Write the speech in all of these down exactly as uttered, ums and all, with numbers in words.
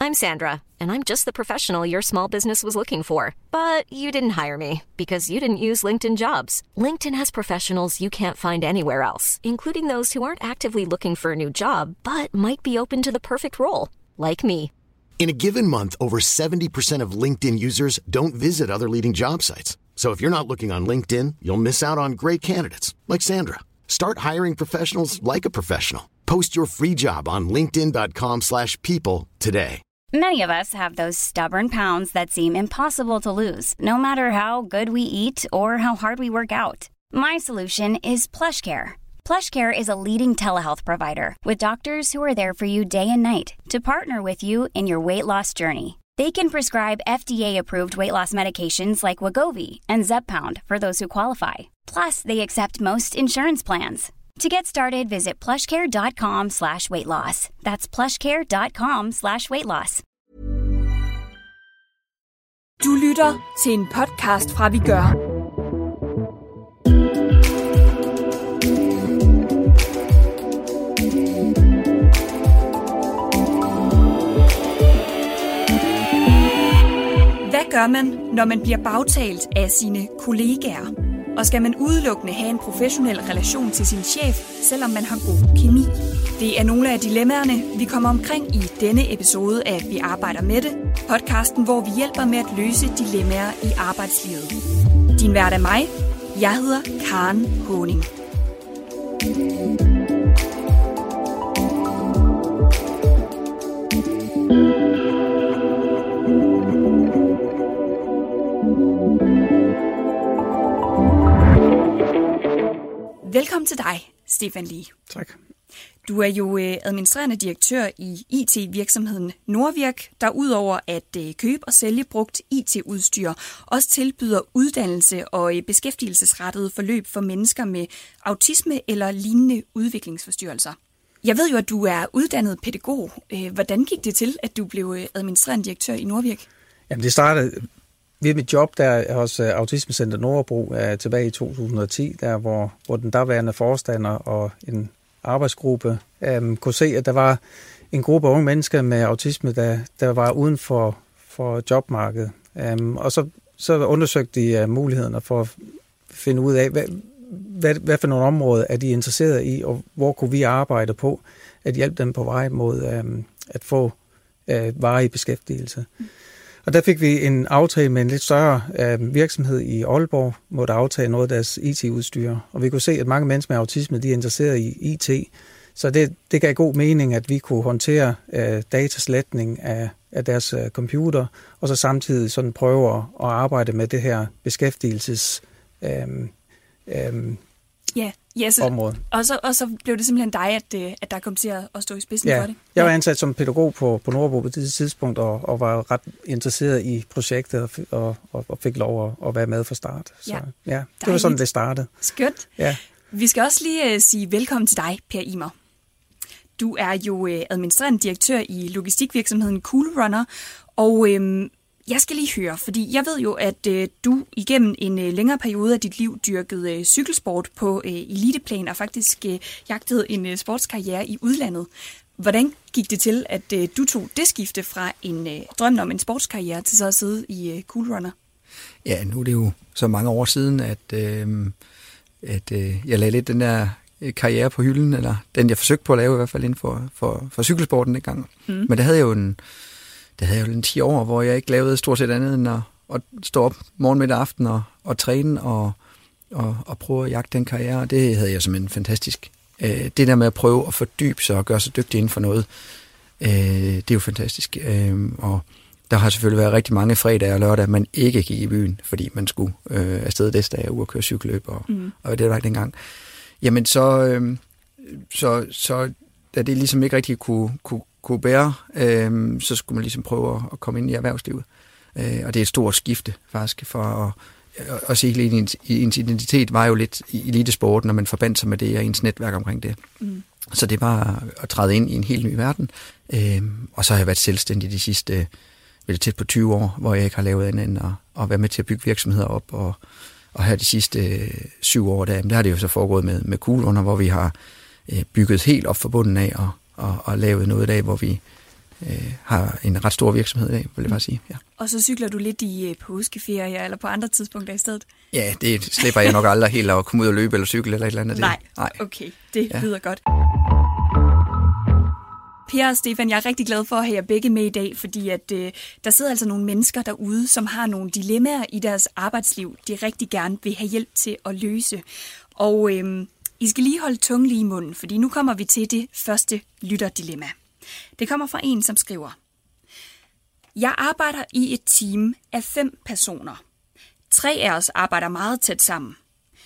I'm Sandra, and I'm just the professional your small business was looking for. But you didn't hire me because you didn't use LinkedIn Jobs. LinkedIn has professionals you can't find anywhere else, including those who aren't actively looking for a new job, but might be open to the perfect role, like me. In a given month, over seventy percent of LinkedIn users don't visit other leading job sites. So if you're not looking on LinkedIn, you'll miss out on great candidates like Sandra. Start hiring professionals like a professional. Post your free job on linkedin dot com slash people today. Many of us have those stubborn pounds that seem impossible to lose, no matter how good we eat or how hard we work out. My solution is PlushCare. PlushCare is a leading telehealth provider with doctors who are there for you day and night to partner with you in your weight loss journey. They can prescribe F D A-approved weight loss medications like Wegovy and Zepbound for those who qualify. Plus, they accept most insurance plans. To get started, visit plushcare.com slash weight loss. That's plushcare.com slash weight loss. Du lytter til en podcast fra Vi Gør. Hvad gør man, når man bliver bagtalt af sine kollegaer? Og skal man udelukkende have en professionel relation til sin chef, selvom man har god kemi? Det er nogle af dilemmaerne, vi kommer omkring i denne episode af Vi arbejder med det, podcasten, hvor vi hjælper med at løse dilemmaer i arbejdslivet. Din vært er mig. Jeg hedder Karen Håning. Velkommen til dig, Stefan Lie. Tak. Du er jo administrerende direktør i I T-virksomheden Nordvirk, der udover at købe og sælge brugt I T-udstyr, også tilbyder uddannelse og beskæftigelsesrettede forløb for mennesker med autisme eller lignende udviklingsforstyrrelser. Jeg ved jo, at du er uddannet pædagog. Hvordan gik det til, at du blev administrerende direktør i Nordvirk? Jamen, det startede ved mit job der hos Autismecenter Nordbro tilbage i to tusind og ti, der hvor, hvor den daværende forstander og en arbejdsgruppe øhm, kunne se, at der var en gruppe unge mennesker med autisme, der, der var uden for, for jobmarkedet. Øhm, og så, så undersøgte de uh, mulighederne for at finde ud af, hvad, hvad, hvad for nogle områder er de interesseret i, og hvor kunne vi arbejde på at hjælpe dem på vej mod øhm, at få øh, varig beskæftigelse. Mm. Og der fik vi en aftale med en lidt større øh, virksomhed i Aalborg, måtte aftage noget af deres I T-udstyr. Og vi kunne se, at mange mennesker med autisme, de er interesseret i I T. Så det, det gav god mening, at vi kunne håndtere øh, datasletning af, af deres øh, computer, og så samtidig sådan prøve at, at arbejde med det her beskæftigelses øh, øh, ja, ja, så, område. Og så, og så blev det simpelthen dig, at, at der kom til at stå i spidsen ja, for det? Jeg var ansat som pædagog på, på Nordbro på det tidspunkt, og, og var ret interesseret i projektet, og, og, og fik lov at, at være med fra start. Så ja, ja det var sådan, det startede. Skønt. Ja. Vi skal også lige uh, sige velkommen til dig, Per Imer. Du er jo uh, administrerende direktør i logistikvirksomheden Cool Runner, og uh, jeg skal lige høre, fordi jeg ved jo, at øh, du igennem en øh, længere periode af dit liv dyrkede øh, cykelsport på øh, eliteplan og faktisk øh, jagtede en øh, sportskarriere i udlandet. Hvordan gik det til, at øh, du tog det skifte fra en øh, drøm om en sportskarriere til så at sidde i øh, Cool Runner? Ja, nu er det jo så mange år siden, at, øh, at øh, jeg lagde lidt den der karriere på hylden, eller den jeg forsøgte på at lave i hvert fald inden for, for, for cykelsporten dengang. Mm. Men det havde jo en... Det havde jeg jo en ti år, hvor jeg ikke lavede stort set andet end at, at stå op morgen, middag, aften og, og træne og, og, og prøve at jagte den karriere. Og det havde jeg simpelthen fantastisk. Øh, det der med at prøve at fordybe sig og gøre sig dygtig inden for noget, øh, det er jo fantastisk. Øh, og der har selvfølgelig været rigtig mange fredage og lørdage, man ikke gik i byen, fordi man skulle øh, afsted næste dag ud og køre cykelløb, og, mm. og det var ikke dengang. Jamen så, øh, så, så da det ligesom ikke rigtig kunne, kunne kunne bære, øh, så skulle man ligesom prøve at komme ind i erhvervslivet. Øh, og det er et stort skifte, faktisk, for at, at, at se hele ens identitet var jo lidt i elitesporten, når man forbandt sig med det og ens netværk omkring det. Mm. Så det var at træde ind i en helt ny verden. Øh, og så har jeg været selvstændig de sidste, vel tæt på tyve år, hvor jeg ikke har lavet andet end at, at være med til at bygge virksomheder op. Og, og her de sidste øh, syv år, der, der har det jo så foregået med, med Cool Runner, hvor vi har øh, bygget helt op fra bunden af og og, og lavet noget af, hvor vi øh, har en ret stor virksomhed i dag, vil jeg bare sige. Ja. Og så cykler du lidt i øh, påskeferier eller på andre tidspunkter i stedet? Ja, det slipper jeg nok aldrig helt at komme ud og løbe eller cykle eller et eller andet. Nej, det. Nej. Okay, det ja. lyder godt. Per og Stefan, jeg er rigtig glad for at have jer begge med i dag, fordi at, øh, der sidder altså nogle mennesker derude, som har nogle dilemmaer i deres arbejdsliv, de rigtig gerne vil have hjælp til at løse. Og øh, I skal lige holde tungen lige i munden, fordi nu kommer vi til det første lytterdilemma. Det kommer fra en, som skriver: Jeg arbejder i et team af fem personer. Tre af os arbejder meget tæt sammen.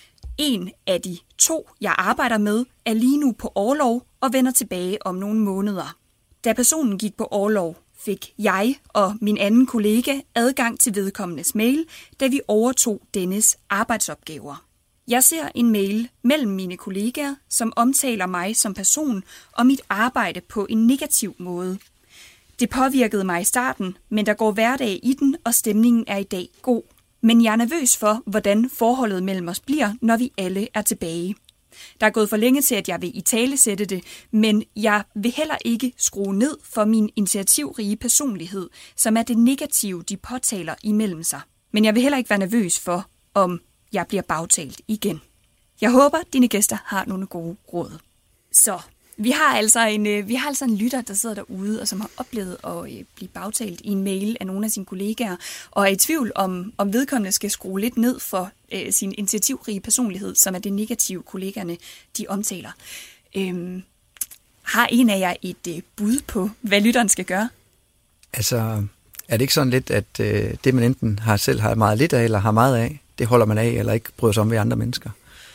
En af de to, jeg arbejder med, er lige nu på orlov og vender tilbage om nogle måneder. Da personen gik på orlov, fik jeg og min anden kollega adgang til vedkommendes mail, da vi overtog dennes arbejdsopgaver. Jeg ser en mail mellem mine kollegaer, som omtaler mig som person og mit arbejde på en negativ måde. Det påvirkede mig i starten, men der går hverdag i den, og stemningen er i dag god. Men jeg er nervøs for, hvordan forholdet mellem os bliver, når vi alle er tilbage. Der er gået for længe til, at jeg vil italesætte det, men jeg vil heller ikke skrue ned for min initiativrige personlighed, som er det negative, de påtaler imellem sig. Men jeg vil heller ikke være nervøs for, om jeg bliver bagtalt igen. Jeg håber, dine gæster har nogle gode råd. Så vi har altså en, vi har altså en lytter, der sidder derude, og som har oplevet at blive bagtalt i en mail af nogle af sine kollegaer, og er i tvivl om, om vedkommende skal skrue lidt ned for øh, sin initiativrige personlighed, som er det negative, kollegerne de omtaler. Øhm, har en af jer et øh, bud på, hvad lytteren skal gøre? Altså, er det ikke sådan lidt, at øh, det man enten har selv har meget lidt af, eller har meget af, det holder man af, eller ikke bryder sig om ved andre mennesker?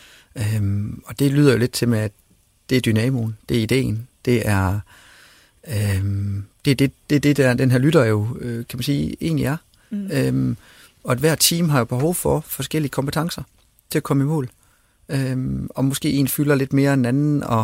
Øhm, og det lyder jo lidt til med, at det er dynamoen, det er ideen, det er øhm, det er det, det, det der den her lytter jo, øh, kan man sige, egentlig er. Mm. Øhm, og at hver team har jo behov for forskellige kompetencer til at komme i mål. Øhm, og måske en fylder lidt mere end anden, og,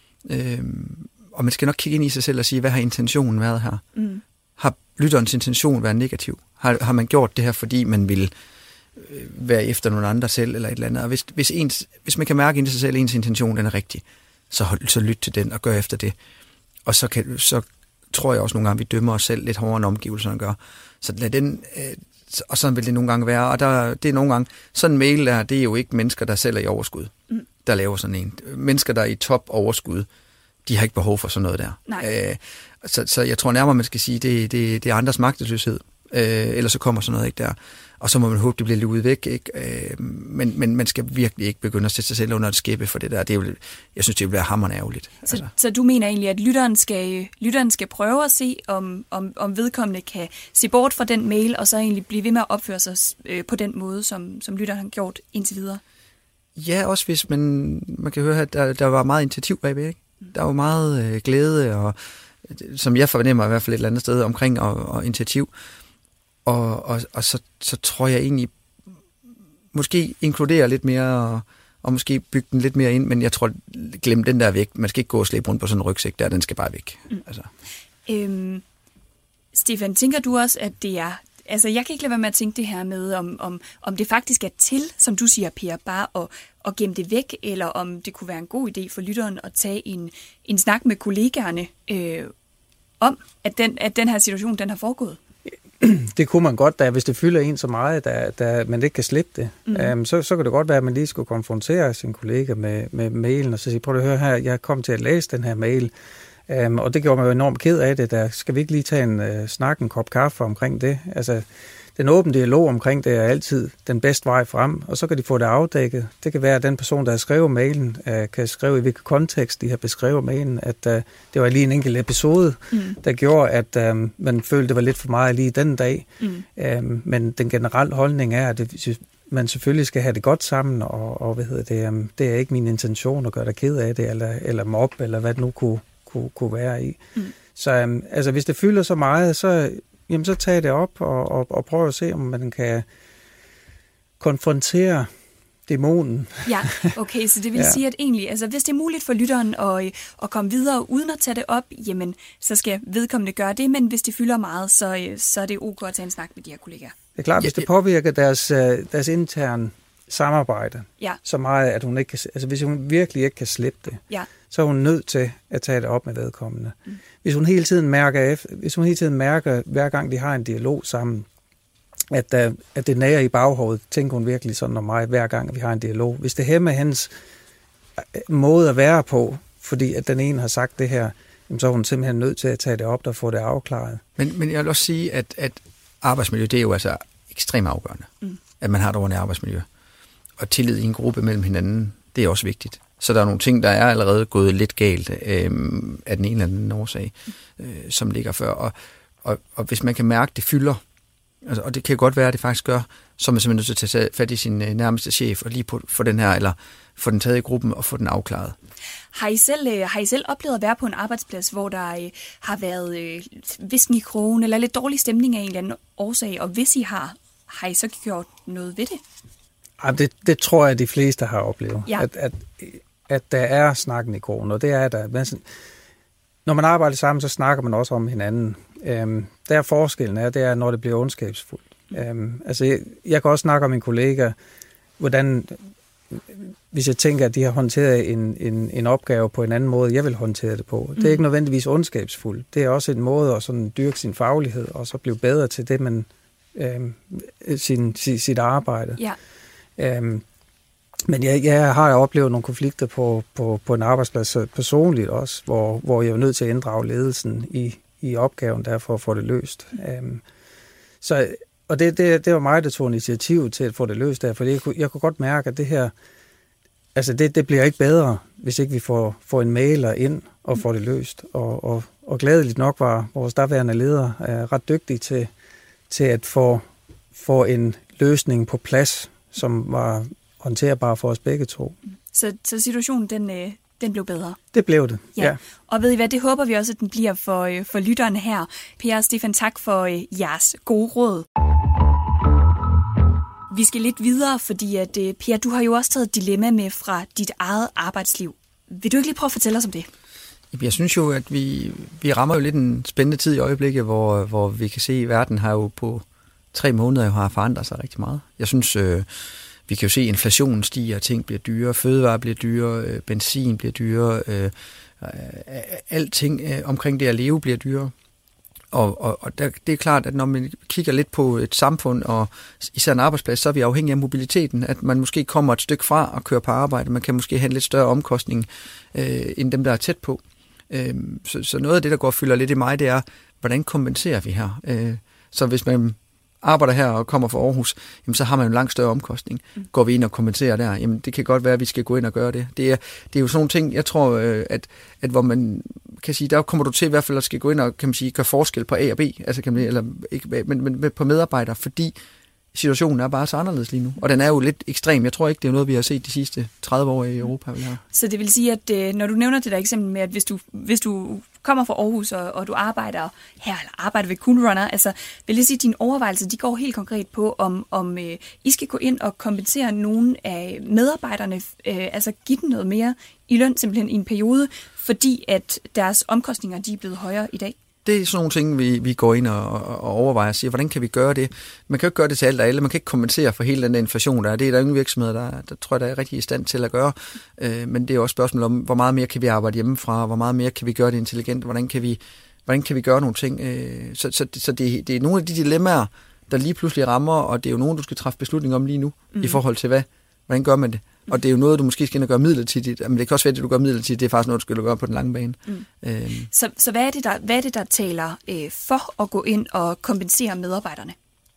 øhm, og man skal nok kigge ind i sig selv og sige, hvad har intentionen været her? Mm. Har lytterens intention været negativ? Har, har man gjort det her, fordi man vil øh, være efter nogle andre selv, eller et eller andet? Og hvis, hvis, ens, hvis man kan mærke ind i sig selv, at ens intention den er rigtig, så, hold, så lyt til den og gør efter det. Og så, kan, så tror jeg også nogle gange, vi dømmer os selv lidt hårdere end omgivelserne gør. Så lad den, øh, og sådan vil det nogle gange være. Og der, det er nogle gange, sådan en mail der, det er jo ikke mennesker, der selv er i overskud, mm. der laver sådan en. Mennesker, der er i top overskud, de har ikke behov for sådan noget der. Øh, så, så jeg tror nærmere, man skal sige, det, det, det er andres magtesløshed. Øh, ellers så kommer sådan noget ikke der. Og så må man håbe, det bliver luet væk. Ikke? Øh, men, men man skal virkelig ikke begynde at sætte sig selv under et skæppe for det der. Det er jo, jeg synes, det vil være hammerende ærgerligt. Så, altså. så du mener egentlig, at lytteren skal, lytteren skal prøve at se, om, om, om vedkommende kan se bort fra den mail, og så egentlig blive ved med at opføre sig øh, på den måde, som, som lytteren har gjort indtil videre? Ja, også hvis man, man kan høre, at der, der var meget initiativ bagved. Ikke? Der var meget øh, glæde, og som jeg fornemmer i hvert fald et eller andet sted omkring og, og initiativ. Og, og, og så, så tror jeg egentlig, måske inkludere lidt mere, og, og måske bygge den lidt mere ind, men jeg tror, glem den der væk. Man skal ikke gå og slæbe rundt på sådan en rygsæk der, den skal bare væk. Mm. Altså. Øhm, Stefan, tænker du også, at det er, altså jeg kan ikke lade være med at tænke det her med, om, om, om det faktisk er til, som du siger, Per, bare at, at gemme det væk, eller om det kunne være en god idé for lytteren at tage en, en snak med kollegaerne øh, om, at den, at den her situation, den har foregået. Det kunne man godt, da hvis det fylder en så meget, da, da man ikke kan slippe det. Mm. Um, så, så kan det godt være, at man lige skulle konfrontere sin kollega med, med mailen, og så sige, prøv at høre her, jeg kom til at læse den her mail, um, og det gjorde mig jo enormt ked af det. Der skal vi ikke lige tage en uh, snak, en kop kaffe omkring det? Altså, den åbne dialog omkring det er altid den bedste vej frem, og så kan de få det afdækket. Det kan være, at den person, der har skrevet mailen, uh, kan skrive i hvilken kontekst de har beskrevet mailen, at uh, det var lige en enkelt episode, mm. der gjorde, at um, man følte, det var lidt for meget lige den dag. Mm. Um, men den generelle holdning er, at det, man selvfølgelig skal have det godt sammen, og, og hvad hedder det, um, det er ikke min intention at gøre dig ked af det, eller, eller mobbe, eller hvad det nu kunne, kunne, kunne være i. Mm. Så um, altså, hvis det fylder så meget, så jamen så tag det op og, og, og prøv at se, om man kan konfrontere dæmonen. Ja, okay, så det vil ja. sige, at egentlig, altså hvis det er muligt for lytteren at, at komme videre uden at tage det op, jamen så skal vedkommende gøre det, men hvis det fylder meget, så, så er det ok at tage en snak med de her kollegaer. Det er klart, hvis det påvirker deres, deres interne samarbejde ja. så meget, at hun ikke kan... Altså, hvis hun virkelig ikke kan slippe det, ja. så er hun nødt til at tage det op med vedkommende. Mm. Hvis hun hele tiden mærker, efter, hvis hun hele tiden mærker, hver gang de har en dialog sammen, at, uh, at det nærer i baghovedet, tænker hun virkelig sådan om mig, hver gang vi har en dialog. Hvis det hæmmer hendes måde at være på, fordi at den ene har sagt det her, så er hun simpelthen nødt til at tage det op og få det afklaret. Men, men jeg vil også sige, at, at arbejdsmiljø, det er jo altså ekstremt afgørende, mm. at man har et ordentligt arbejdsmiljø. Og tillid i en gruppe mellem hinanden, det er også vigtigt. Så der er nogle ting, der er allerede gået lidt galt øh, af den ene eller anden årsag, øh, som ligger før. Og, og, og hvis man kan mærke, det fylder, altså, og det kan godt være, at det faktisk gør, så er man simpelthen nødt til at tage fat i sin øh, nærmeste chef og lige på, få den her, eller få den taget i gruppen og få den afklaret. Har I selv, øh, har I selv oplevet at være på en arbejdsplads, hvor der øh, har været øh, visken i krogen, eller lidt dårlig stemning af en eller anden årsag, og hvis I har, har I så gjort noget ved det? Ja, det, det tror jeg, de fleste har oplevet, ja. at, at, at der er snakken i krogen, og det er der. Men, når man arbejder sammen, så snakker man også om hinanden. Øhm, der forskellen er, det er, når det bliver ondskabsfuldt. Øhm, altså, jeg, jeg kan også snakke om min kollega, hvordan... Hvis jeg tænker, at de har håndteret en, en, en opgave på en anden måde, jeg vil håndtere det på. Det er ikke nødvendigvis ondskabsfuldt. Det er også en måde at sådan dyrke sin faglighed, og så blive bedre til det, man øh, sin, sit, sit arbejde. Ja. Øhm, men jeg, jeg har oplevet nogle konflikter på, på, på en arbejdsplads personligt også, hvor, hvor jeg er nødt til at inddrage ledelsen i, i opgaven der for at få det løst. Øhm, så Og det, det, det var mig, der tog initiativ til at få det løst der, for jeg kunne, jeg kunne godt mærke, at det her, altså det, det bliver ikke bedre, hvis ikke vi får, får en mailer ind og får det løst. Og, og, og glædeligt nok var vores daværende leder uh, ret dygtig til, til at få, få en løsning på plads, som var håndterbar for os begge to. Så, så situationen, den... Øh Den blev bedre. Det blev det, ja. ja. Og ved I hvad, det håber vi også, at den bliver for, øh, for lytteren her. Per og Stefan, tak for øh, jeres gode råd. Vi skal lidt videre, fordi at, øh, Per, du har jo også taget et dilemma med fra dit eget arbejdsliv. Vil du ikke lige prøve at fortælle os om det? Jeg synes jo, at vi, vi rammer jo lidt en spændende tid i øjeblikket, hvor, hvor vi kan se, at verden har jo på tre måneder har forandret sig rigtig meget. Jeg synes... Øh, Vi kan jo se, at inflationen stiger, ting bliver dyrere, fødevarer bliver dyrere, benzin bliver dyrere, øh, alting øh, omkring det at leve bliver dyrere. Og, og, og der, det er klart, at når man kigger lidt på et samfund, og især en arbejdsplads, så er vi afhængige af mobiliteten, at man måske kommer et stykke fra og kører på arbejde. Man kan måske have en lidt større omkostning øh, end dem, der er tæt på. Øh, så, så noget af det, der går og fylder lidt i mig, det er, hvordan kompenserer vi her? Øh, så hvis man... arbejder her og kommer fra Aarhus, jamen så har man en langt større omkostning. Går vi ind og kommenterer der, jamen det kan godt være, at vi skal gå ind og gøre det. Det er, det er jo sådan nogle ting, jeg tror, at, at hvor man kan sige, der kommer du til i hvert fald at skal gå ind og kan man sige, gøre forskel på A og B, altså kan man, eller ikke, men, men på medarbejdere, fordi situationen er bare så anderledes lige nu. Og den er jo lidt ekstrem. Jeg tror ikke, det er noget, vi har set de sidste tredive år i Europa. Så det vil sige, at øh, når du nævner det der eksempel med, at hvis du, hvis du kommer fra Aarhus, og, og du arbejder her, eller arbejder ved Cool Runner, altså vil det sige, at dine overvejelser, de går helt konkret på, om, om øh, I skal gå ind og kompensere nogle af medarbejderne, øh, altså give dem noget mere i løn simpelthen i en periode, fordi at deres omkostninger, de er blevet højere i dag? Det er sådan nogle ting, vi, vi går ind og, og overvejer og siger, hvordan kan vi gøre det? Man kan jo ikke gøre det til alt og alle. Man kan ikke kompensere for hele den der inflation, der er. Det er der ingen virksomheder, der, der tror jeg, der er rigtig i stand til at gøre. Øh, men det er også et spørgsmål om, hvor meget mere kan vi arbejde hjemmefra? Hvor meget mere kan vi gøre det intelligent? Hvordan kan vi, hvordan kan vi gøre nogle ting? Øh, så så, så det, det er nogle af de dilemmaer, der lige pludselig rammer, og det er jo nogen, du skal træffe beslutning om lige nu, mm. i forhold til hvad? Hvordan gør man det? Og det er jo noget, du måske skal ind og gøre midlertidigt. Men det kan også være, at det, du gør midlertidigt, det er faktisk noget, du skal gøre på den lange bane. Mm. Øhm. Så, så hvad, er det, der, hvad er det, der taler øh, for at gå ind og kompensere medarbejderne?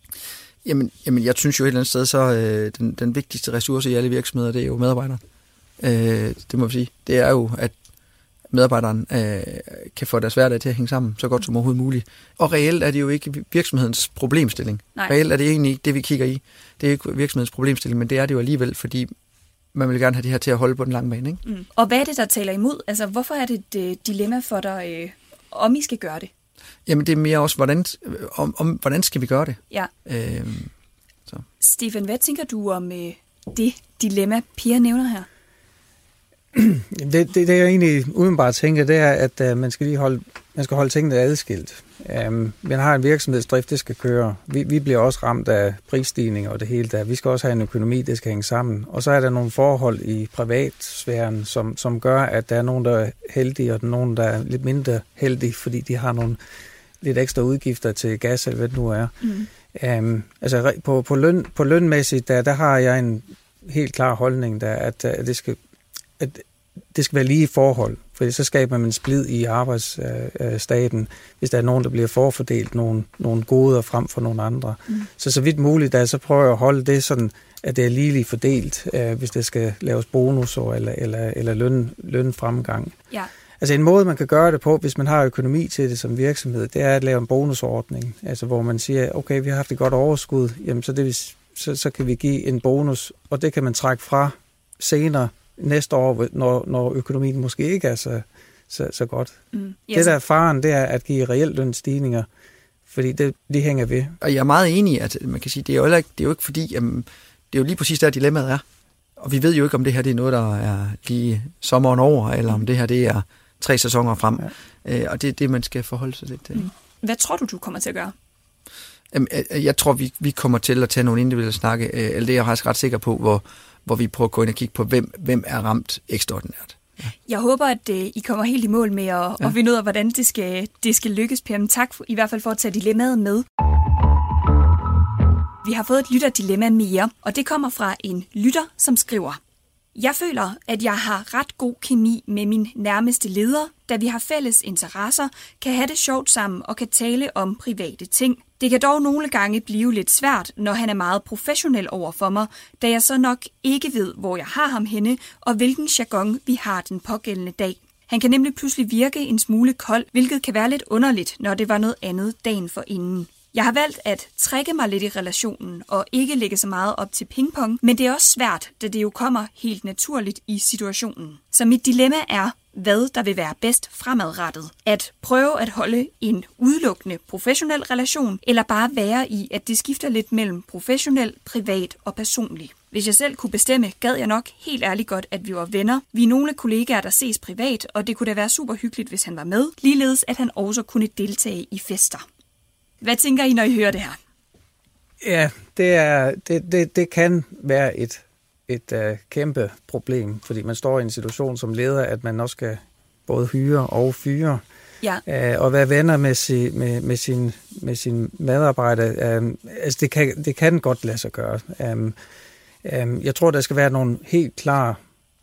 Jamen, jamen jeg synes jo et eller andet sted, så øh, den, den vigtigste ressource i alle virksomheder, det er jo medarbejdere. Øh, det må vi sige. Det er jo, at medarbejderen øh, kan få deres hverdag til at hænge sammen så godt som overhovedet muligt. Og reelt er det jo ikke virksomhedens problemstilling. Nej. Reelt er det egentlig ikke det, vi kigger i. Det er ikke virksomhedens problemstilling, men det er det jo alligevel, fordi man vil gerne have det her til at holde på den lange bane, ikke? Mm. Og hvad er det, der taler imod? Altså, hvorfor er det et uh, dilemma for dig, øh, om I skal gøre det? Jamen, det er mere også, hvordan, om, om, hvordan skal vi gøre det? Ja. Øhm, så. Stefan, hvad tænker du om øh, det dilemma, Pia nævner her? Det, det, det jeg egentlig udenbart tænker, det er, at uh, man skal lige holde, man skal holde tingene adskilt. Um, man har en virksomhedsdrift, det skal køre. Vi, vi bliver også ramt af prisstigninger og det hele der. Vi skal også have en økonomi, det skal hænge sammen. Og så er der nogle forhold i privatsfæren, som, som gør, at der er nogen, der er heldige, og der er nogen, der er lidt mindre heldige, fordi de har nogle lidt ekstra udgifter til gas, eller hvad det nu er. Mm. Um, altså på, på, løn, på lønmæssigt, der, der har jeg en helt klar holdning, der, at, at, det skal, at det skal være lige forhold. For så skaber man en splid i arbejdsstaten, hvis der er nogen, der bliver forfordelt nogle, nogle goder frem for nogle andre. Mm. Så så vidt muligt, der så prøver jeg at holde det sådan, at det er ligeligt fordelt, øh, hvis der skal laves bonusser eller, eller, eller løn, lønfremgang. Ja. Altså en måde, man kan gøre det på, hvis man har økonomi til det som virksomhed, det er at lave en bonusordning, altså hvor man siger, okay, vi har haft et godt overskud, jamen så, det, så, så kan vi give en bonus, og det kan man trække fra senere, næste år, når, når økonomien måske ikke er så, så, så godt. Mm. Yes. Det der er faren, det er at give reelt lønstigninger, fordi det, det hænger ved. Og jeg er meget enig i, at man kan sige, det er jo ikke, det er jo ikke fordi, jamen, det er jo lige præcis der dilemmaet er. Og vi ved jo ikke, om det her det er noget, der er lige sommeren over, eller om det her det er tre sæsoner frem. Ja. Øh, og det er det, man skal forholde sig lidt til. Mm. Hvad tror du, du kommer til at gøre? Jamen, jeg tror, vi, vi kommer til at tage nogle individuelle snakke, eller det er jeg faktisk ret sikker på, hvor hvor vi prøver at gå ind og kigge på, hvem, hvem er ramt ekstraordinært. Ja. Jeg håber, at uh, I kommer helt i mål med at, ja. at finde ud af, hvordan det skal, det skal lykkes, Per. Men tak for, i hvert fald for at tage dilemmaet med. Vi har fået et lytterdilemma mere, og det kommer fra en lytter, som skriver: Jeg føler, at jeg har ret god kemi med min nærmeste leder, da vi har fælles interesser, kan have det sjovt sammen og kan tale om private ting. Det kan dog nogle gange blive lidt svært, når han er meget professionel over for mig, da jeg så nok ikke ved, hvor jeg har ham henne, og hvilken jargon vi har den pågældende dag. Han kan nemlig pludselig virke en smule kold, hvilket kan være lidt underligt, når det var noget andet dagen forinden. Jeg har valgt at trække mig lidt i relationen og ikke lægge så meget op til pingpong, men det er også svært, da det jo kommer helt naturligt i situationen. Så mit dilemma er, hvad der vil være bedst fremadrettet. At prøve at holde en udelukkende professionel relation, eller bare være i, at det skifter lidt mellem professionel, privat og personlig. Hvis jeg selv kunne bestemme, gad jeg nok helt ærligt godt, at vi var venner. Vi er nogle kollegaer, der ses privat, og det kunne da være super hyggeligt, hvis han var med. Ligeledes, at han også kunne deltage i fester. Hvad tænker I, når I hører det her? Ja, det, er, det, det, det kan være et, et uh, kæmpe problem, fordi man står i en situation som leder, at man også skal både hyre og fyre. Ja. Uh, og være venner med, si, med, med, sin, med sin medarbejder, um, altså det kan, det kan godt lade sig gøre. Um, um, jeg tror, der skal være nogle helt klare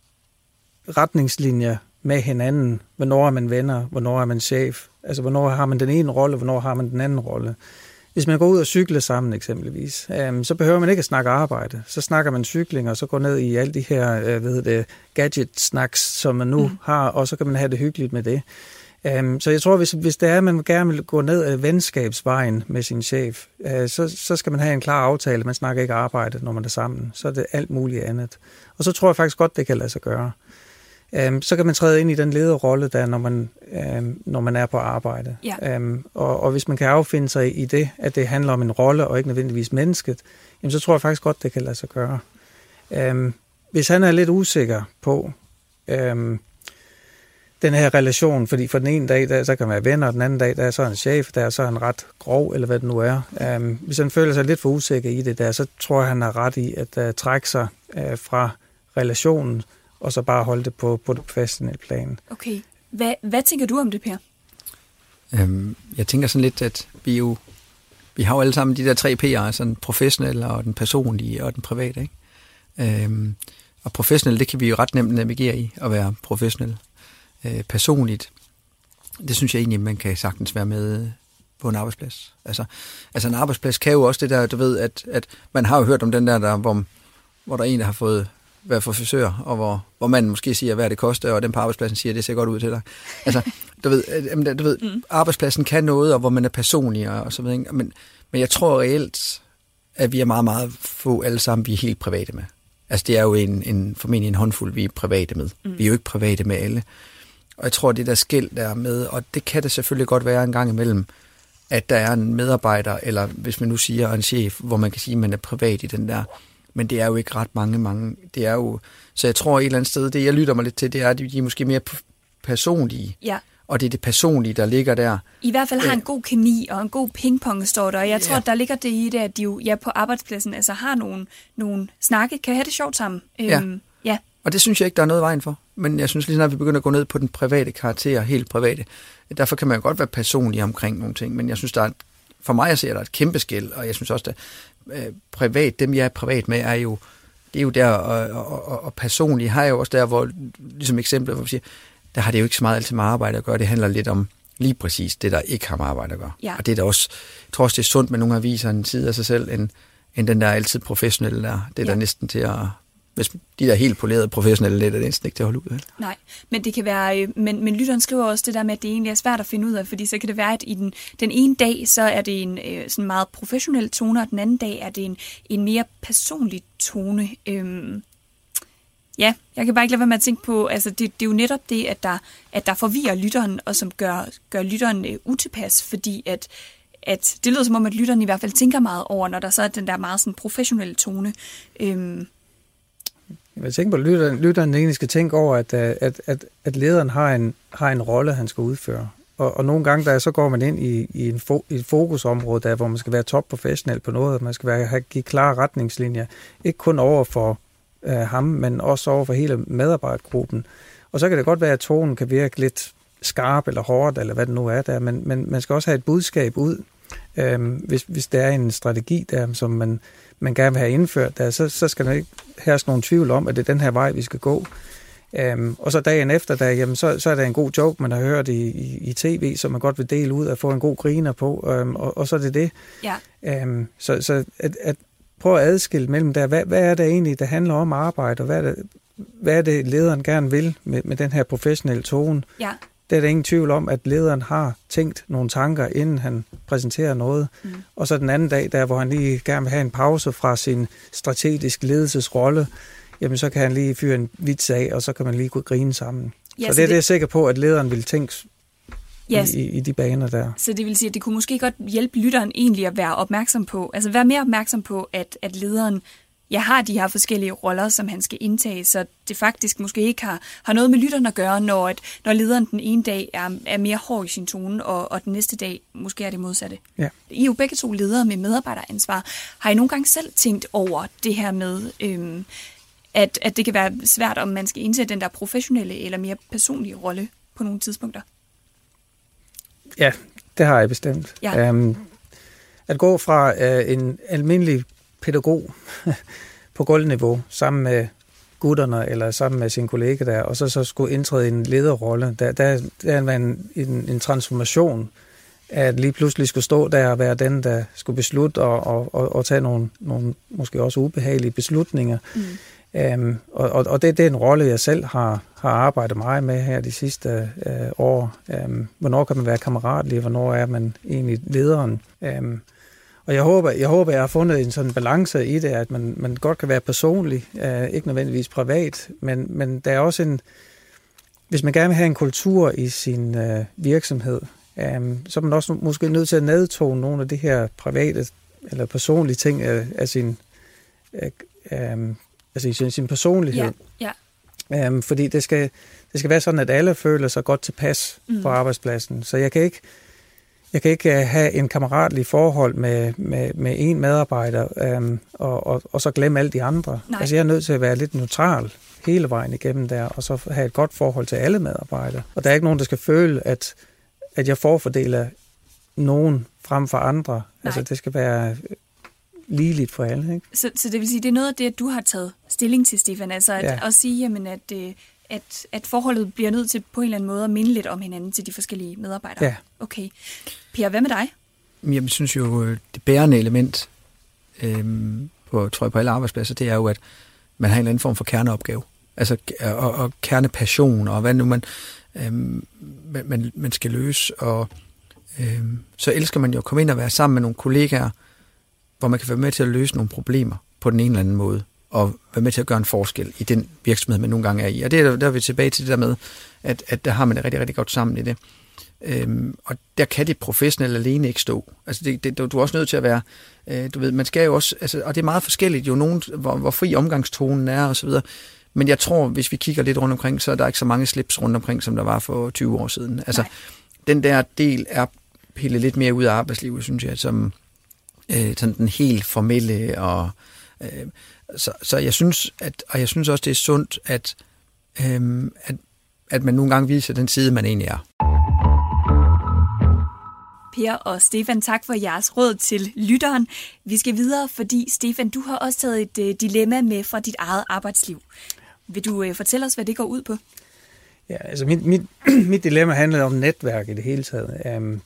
retningslinjer med hinanden. Hvornår er man venner? Hvornår er man chef? Altså, hvornår har man den ene rolle? Hvornår har man den anden rolle? Hvis man går ud og cykler sammen eksempelvis, um, så behøver man ikke at snakke arbejde. Så snakker man cykling, og så går ned i alle de her uh, hvad hedder det, gadget-snacks, som man nu mm. har, og så kan man have det hyggeligt med det. Um, så jeg tror, hvis, hvis det er, at man gerne vil gå ned ad venskabsvejen med sin chef, uh, så, så skal man have en klar aftale. Man snakker ikke arbejde, når man er sammen. Så er det alt muligt andet. Og så tror jeg faktisk godt, det kan lade sig gøre. Um, så kan man træde ind i den lederrolle, der når man, um, når man er på arbejde. Ja. Um, og, og hvis man kan affinde sig i det, at det handler om en rolle og ikke nødvendigvis mennesket, jamen, så tror jeg faktisk godt, det kan lade sig gøre. Um, hvis han er lidt usikker på um, den her relation, fordi for den ene dag, der, så kan man være venner, og den anden dag, der er så en chef, der er så en ret grov, eller hvad det nu er. Um, hvis han føler sig lidt for usikker i det der, så tror jeg, han har ret i at uh, trække sig uh, fra relationen, og så bare holde det på, på det professionelle plan. Okay. Hvad, hvad tænker du om det, Per? Øhm, jeg tænker sådan lidt, at vi jo vi har jo alle sammen de der tre P'er, altså den professionelle og den personlige og den private, ikke? Øhm, og professionelle, det kan vi jo ret nemt navigere i at være professionel. Øh, personligt, det synes jeg egentlig, man kan sagtens være med på en arbejdsplads. Altså, altså en arbejdsplads kan jo også det der, du ved, at, at man har jo hørt om den der, der hvor, hvor der er en, der har fået være for frisør, og hvor, hvor man måske siger, hvad det koster, og den på arbejdspladsen siger, det ser godt ud til dig. Altså, du ved, du ved mm. arbejdspladsen kan noget, og hvor man er personlig, og, og så videre. Men, men jeg tror reelt, at vi er meget, meget få alle sammen, vi er helt private med. Altså, det er jo en, en, formentlig en håndfuld, vi er private med. Mm. Vi er jo ikke private med alle. Og jeg tror, det der skel der med, og det kan det selvfølgelig godt være en gang imellem, at der er en medarbejder, eller hvis man nu siger en chef, hvor man kan sige, at man er privat i den der. Men det er jo ikke ret mange, mange. Det er jo, så jeg tror et eller andet sted, det jeg lytter mig lidt til, det er, at de er måske mere personlige. Ja. og det er det personlige, der ligger der. I hvert fald har en god kemi og en god pingpong, står der. Og jeg tror, ja. at der ligger det i det, at de jo ja, på arbejdspladsen altså har nogle, nogle snakke, kan have det sjovt sammen. Ja. Øhm, ja. Og det synes jeg ikke, der er noget vejen for. Men jeg synes lige snart, vi begynder at gå ned på den private karakter, helt private. Derfor kan man jo godt være personlig omkring nogle ting, men jeg synes, der er et, for mig at se, at der er et kæmpe skel, og jeg synes også, at øh, privat, dem jeg er privat med, er jo, det er jo der, og, og, og, og personligt har jeg jo også der, hvor, ligesom eksempler, hvor vi siger, der har det jo ikke så meget altid med arbejde at gøre, det handler lidt om lige præcis det, der ikke har med arbejde at gøre. Ja. Og det er da også, jeg tror også, det er sundt, med nogle af viser en side af sig selv, end, end den der altid professionelle der. Det er ja. der næsten til at, hvis de der helt polerede professionelle lidt, er det næsten ikke til at holde ud af. Nej, men det kan være, men, men lytteren skriver også det der med, at det egentlig er svært at finde ud af, fordi så kan det være, at i den, den ene dag, så er det en øh, sådan meget professionel tone, og den anden dag er det en, en mere personlig tone. Øhm, ja, jeg kan bare ikke lade være med at tænke på, altså det, det er jo netop det, at der, at der forvirrer lytteren, og som gør, gør lytteren øh, utilpas, fordi at at det lyder som om, at lytteren i hvert fald tænker meget over, når der så er den der meget sådan professionelle tone. Øhm, Jeg tænker på, at lytteren, lytteren egentlig skal tænke over, at, at, at, at lederen har en, har en rolle, han skal udføre. Og, og nogle gange, der så går man ind i, i, en fo, i et fokusområde, der, hvor man skal være topprofessionel på noget, man skal være, have, give klare retningslinjer, ikke kun over for øh, ham, men også over for hele medarbejdergruppen. Og så kan det godt være, at tonen kan virke lidt skarp eller hårdt, eller hvad det nu er der, men, men man skal også have et budskab ud. Øhm, hvis, hvis der er en strategi der, som man, man gerne vil have indført der, så, så skal der ikke herske nogen tvivl om, at det er den her vej, vi skal gå. Øhm, og så dagen efter, der, jamen, så, så er der en god joke, man har hørt i, i, i tv, som man godt vil dele ud og få en god griner på, øhm, og, og så er det det. Ja. Øhm, så så at, at prøve at adskille mellem der, hvad, hvad er det egentlig, der handler om arbejde, og hvad er det, hvad er det lederen gerne vil med, med den her professionelle tone? Ja. Det er der ingen tvivl om, at lederen har tænkt nogle tanker, inden han præsenterer noget. Mm. Og så den anden dag, der hvor han lige gerne vil have en pause fra sin strategiske ledelsesrolle, jamen så kan han lige fyre en vits af, og så kan man lige gå grine sammen. Ja, så, så det er det, jeg er sikker på, at lederen vil tænke yes. i, i de baner der. Så det vil sige, at det kunne måske godt hjælpe lytteren egentlig at være opmærksom på, altså være mere opmærksom på, at, at lederen jeg har de her forskellige roller, som han skal indtage, så det faktisk måske ikke har, har noget med lytteren at gøre, når, at, når lederen den ene dag er, er mere hård i sin tone, og, og den næste dag måske er det modsatte. Ja. I er jo begge to ledere med medarbejderansvar. Har I nogle gange selv tænkt over det her med, øhm, at, at det kan være svært, om man skal indtage den der professionelle eller mere personlige rolle på nogle tidspunkter? Ja, det har jeg bestemt. Ja. Um, at gå fra uh, en almindelig pædagog på gulvniveau sammen med gutterne eller sammen med sine kolleger der, og så, så skulle indtræde en lederrolle. Der, der, der er en, en, en transformation, at lige pludselig skulle stå der og være den, der skulle beslutte og, og, og, og tage nogle, nogle måske også ubehagelige beslutninger. Mm. Um, og og, og det, det er en rolle, jeg selv har, har arbejdet meget med her de sidste uh, år. Um, hvornår kan man være kammeratlig? Hvornår er man egentlig lederen? Um, Og jeg håber, jeg håber, jeg har fundet en sådan balance i det, at man, man godt kan være personlig, øh, ikke nødvendigvis privat, men, men der er også en, hvis man gerne vil have en kultur i sin øh, virksomhed, øh, så er man også måske nødt til at nedtone nogle af de her private eller personlige ting af, af sin, øh, øh, altså sin, sin personlighed. Ja, ja. Øh, fordi det skal, det skal være sådan, at alle føler sig godt tilpas mm. på arbejdspladsen. Så jeg kan ikke Jeg kan ikke have en kammeratlig forhold med, med, med en medarbejder, øhm, og, og, og så glemme alle de andre. Nej. Altså jeg er nødt til at være lidt neutral hele vejen igennem der, og så have et godt forhold til alle medarbejdere. Og der er ikke nogen, der skal føle, at, at jeg forfordeler nogen frem for andre. Nej. Altså det skal være ligeligt for alle. Ikke? Så, så det vil sige, det er noget af det, du har taget stilling til, Stefan. Altså at, ja. at sige, jamen, at, at, at forholdet bliver nødt til på en eller anden måde at minde lidt om hinanden til de forskellige medarbejdere. Ja. Okay. Per, hvad med dig? Jeg synes jo, det bærende element øhm, på, tror jeg, på alle arbejdspladser, det er jo, at man har en eller anden form for kerneopgave. Altså, og, og kernepassion, og hvad nu man, øhm, man, man skal løse. Og øhm, så elsker man jo at komme ind og være sammen med nogle kollegaer, hvor man kan være med til at løse nogle problemer på den ene eller anden måde, og være med til at gøre en forskel i den virksomhed, man nogle gange er i. Og det er, der er vi tilbage til det der med, at, at der har man det rigtig, rigtig godt sammen i det. Øhm, og der kan det professionelle alene ikke stå. Altså det, det, du er også nødt til at være, øh, du ved, man skal jo også, altså, og det er meget forskelligt jo, nogen, hvor, hvor fri omgangstonen er og så videre, Men jeg tror, hvis vi kigger lidt rundt omkring, så er der ikke så mange slips rundt omkring, som der var for tyve år siden. Altså, Nej. Den der del er pillet lidt mere ud af arbejdslivet, synes jeg, som øh, sådan den helt formelle. Og, øh, så, så jeg synes, at, og jeg synes også, det er sundt, at, øh, at, at man nogle gange viser den side, man egentlig er. Per og Stefan, tak for jeres råd til lytteren. Vi skal videre, fordi Stefan, du har også taget et uh, dilemma med fra dit eget arbejdsliv. Vil du uh, fortælle os, hvad det går ud på? Ja, altså mit, mit, mit dilemma handler om netværk i det hele taget. Um,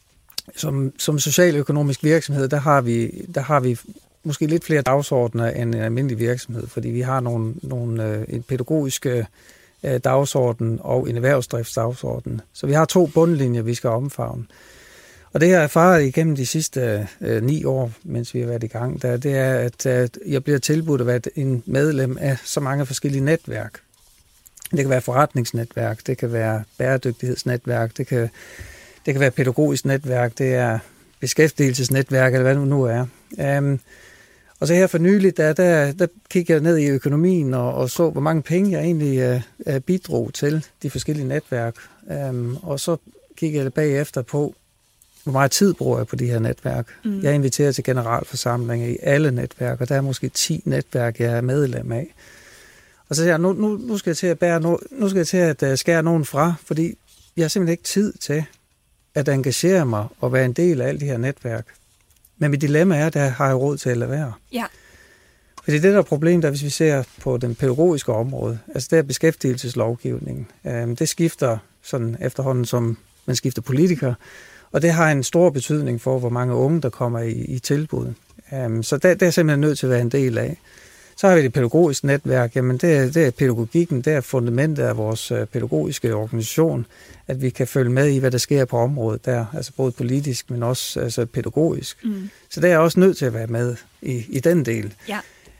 som, som socialøkonomisk virksomhed, der har vi, der har vi måske lidt flere dagsordner end en almindelig virksomhed, fordi vi har nogle, nogle, uh, en pædagogisk uh, dagsorden og en erhvervsdriftsdagsorden. Så vi har to bundlinjer, vi skal omfavne. Og det, jeg har erfaret igennem de sidste øh, ni år, mens vi har været i gang, der, det er, at, at jeg bliver tilbudt at være en medlem af så mange forskellige netværk. Det kan være forretningsnetværk, det kan være bæredygtighedsnetværk, det kan, det kan være pædagogisk netværk, det er beskæftigelsesnetværk, eller hvad det nu er. Um, og så her for nyligt, der, der, der kiggede jeg ned i økonomien og, og så, hvor mange penge jeg egentlig uh, bidrog til de forskellige netværk. Um, og så kiggede jeg bagefter på, hvor meget tid bruger jeg på de her netværk. Mm. Jeg inviterer til generalforsamlinger i alle netværk, og der er måske ti netværk, jeg er medlem af. Og så siger jeg, nu, nu, nu skal jeg til at bære no, nu skal jeg til at uh, skære nogen fra, fordi jeg har simpelthen ikke tid til at engagere mig og være en del af alle de her netværk. Men mit dilemma er, at der har jeg råd til at lade være. Ja. Fordi det der er problem, der hvis vi ser på den pædagogiske område, altså det er beskæftigelseslovgivningen. Um, det skifter sådan efterhånden, som man skifter politiker, og det har en stor betydning for, hvor mange unge, der kommer i, i tilbud. Um, så det, det er simpelthen nødt til at være en del af. Så har vi det pædagogiske netværk. Jamen det, er, det er pædagogikken, det er fundamentet af vores pædagogiske organisation, at vi kan følge med i, hvad der sker på området der, altså både politisk, men også altså pædagogisk. Mm. Så det er også nødt til at være med i, i den del. Ja.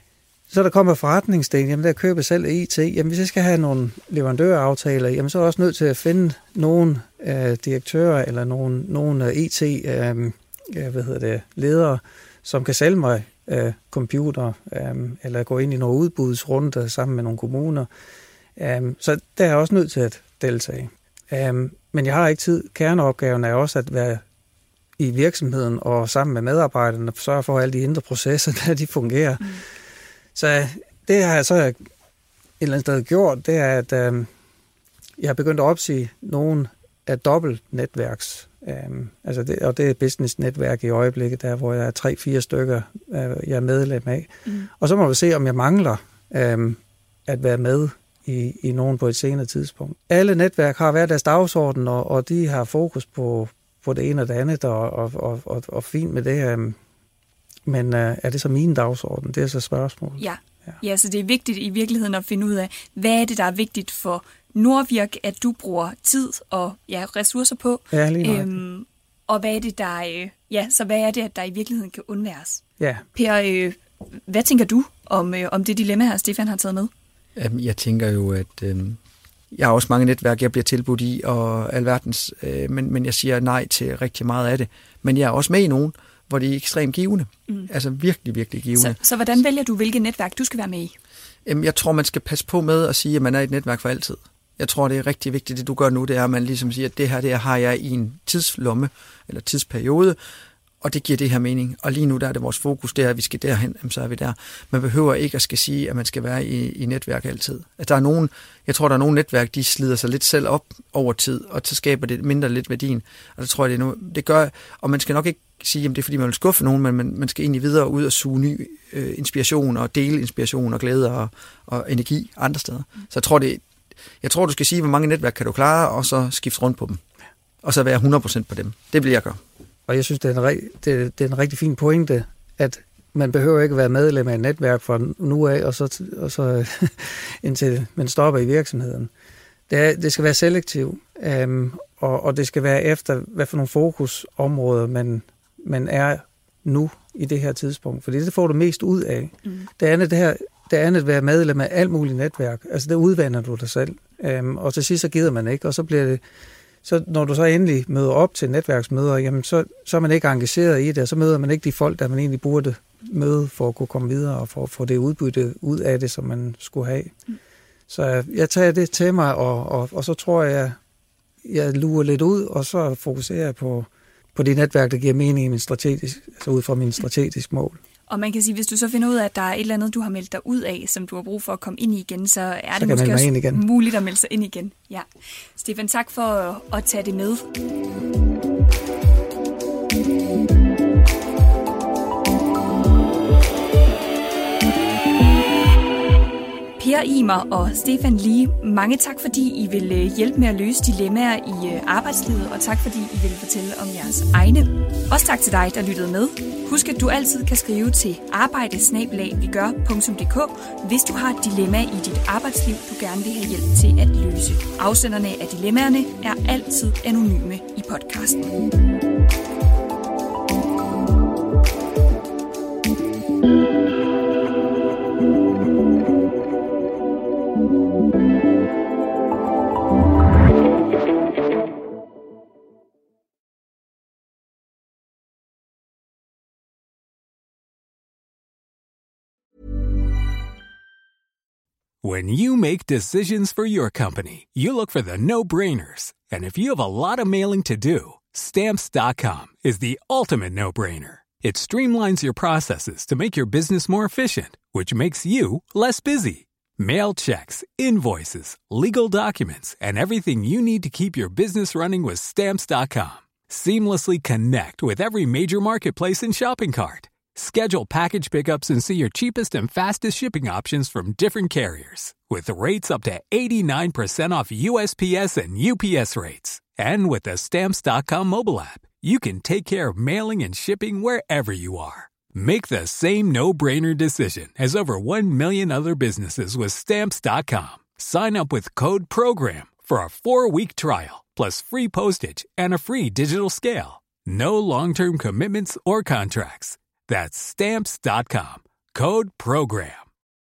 Så der kommer forretningsdelen, jamen der køber selv I T. Jamen hvis jeg skal have nogle leverandøraftaler, jamen så er jeg også nødt til at finde nogle øh, direktører eller nogle, nogle I T øh, hvad hedder det, ledere, som kan sælge mig øh, computer, øh, eller gå ind i nogle udbudsrunder sammen med nogle kommuner. Øh, så der er jeg også nødt til at deltage. Øh, men jeg har ikke tid. Kerneopgaven er også at være i virksomheden og sammen med medarbejderne sørge for, at alle de indre processer, der de fungerer. Mm. Så det har jeg så et eller andet sted gjort, det er, at øh, jeg har begyndt at opsige nogle af dobbeltnetværks, øh, altså det, og det er business-netværk i øjeblikket, der hvor jeg er tre-fire stykker, øh, jeg er medlem af. Mm. Og så må vi se, om jeg mangler øh, at være med i, i nogen på et senere tidspunkt. Alle netværk har hver deres dagsorden, og, og de har fokus på, på det ene og det andet, og, og, og, og, og fint med det. Øh, Men øh, er det så min dagsorden? Det er så spørgsmålet. Ja. Ja. ja, så det er vigtigt i virkeligheden at finde ud af, hvad er det, der er vigtigt for Nordvirk, at du bruger tid og ja, ressourcer på. Ja, lige øhm, og hvad er det, der, øh, ja, så hvad er det, der i virkeligheden kan undværes? Ja. Per, øh, hvad tænker du om, øh, om det dilemma her, Stefan har taget med? Jeg tænker jo, at øh, jeg har også mange netværk, jeg bliver tilbudt i, og alverdens, øh, men, men jeg siger nej til rigtig meget af det. Men jeg er også med i nogen, hvor det er ekstremt givende. Mm. Altså virkelig, virkelig givende. Så, så hvordan vælger du, hvilket netværk du skal være med i? Jamen, jeg tror, man skal passe på med at sige, at man er i et netværk for altid. Jeg tror, det er rigtig vigtigt, det du gør nu, det er, at man ligesom siger, at det her, det her har jeg i en tidslomme, eller tidsperiode, og det giver det her mening. Og lige nu, der er det vores fokus, det er, at vi skal derhen, jamen, så er vi der. Man behøver ikke at skal sige, at man skal være i, i netværk altid. At der er nogen, jeg tror, der er nogle netværk, de slider sig lidt selv op over tid, og så skaber det mindre lidt værdien. Og det tror jeg, det, er nu, det gør, og man skal nok ikke sige, at det er fordi, man vil skuffe nogen, men man, man skal egentlig videre ud og suge ny øh, inspiration, og dele inspiration og glæde og, og energi andre steder. Så jeg tror, det, jeg tror, du skal sige, hvor mange netværk kan du klare, og så skifte rundt på dem. Og så være hundrede procent på dem. Det vil jeg gøre. Og jeg synes, det er, en, det, det er en rigtig fin pointe, at man behøver ikke være medlem af et netværk fra nu af, og så, og så indtil man stopper i virksomheden. Det, er, det skal være selektivt, øhm, og, og det skal være efter, hvad for nogle fokusområder man, man er nu i det her tidspunkt. Fordi det får du mest ud af. Mm. Det andet, det her, det andet at være medlem af alt muligt netværk, altså det udvander du dig selv. Øhm, og til sidst så gider man ikke, og så bliver det Så når du så endelig møder op til netværksmøder, jamen så, så er man ikke engageret i det, og så møder man ikke de folk, der man egentlig burde møde for at kunne komme videre og for at få det udbytte ud af det, som man skulle have. Mm. Så jeg tager det til mig, og, og, og så tror jeg, jeg lurer lidt ud, og så fokuserer jeg på, på det netværk, der giver mening i min strategisk, altså ud fra min strategisk mål. Og man kan sige, hvis du så finder ud af, at der er et eller andet, du har meldt dig ud af, som du har brug for at komme ind i igen, så er så det måske også muligt at melde sig ind igen. Ja. Stefan, tak for at, at tage det med. Per Imer og Stefan Lie, mange tak, fordi I vil hjælpe med at løse dilemmaer i arbejdslivet, og tak, fordi I vil fortælle om jeres egne. Også tak til dig, der lyttede med. Husk, at du altid kan skrive til arbejde bindestreg vi gør punktum d k, hvis du har et dilemma i dit arbejdsliv, du gerne vil have hjælp til at løse. Afsenderne af dilemmaerne er altid anonyme i podcasten. When you make decisions for your company, you look for the no-brainers. And if you have a lot of mailing to do, Stamps dot com is the ultimate no-brainer. It streamlines your processes to make your business more efficient, which makes you less busy. Mail checks, invoices, legal documents, and everything you need to keep your business running with Stamps dot com. Seamlessly connect with every major marketplace and shopping cart. Schedule package pickups and see your cheapest and fastest shipping options from different carriers. With rates up to eighty-nine percent off U S P S and U P S rates. And with the Stamps dot com mobile app, you can take care of mailing and shipping wherever you are. Make the same no-brainer decision as over one million other businesses with Stamps dot com. Sign up with code PROGRAM for a four-week trial, plus free postage and a free digital scale. No long-term commitments or contracts. That's Stamps dot com. Code PROGRAM.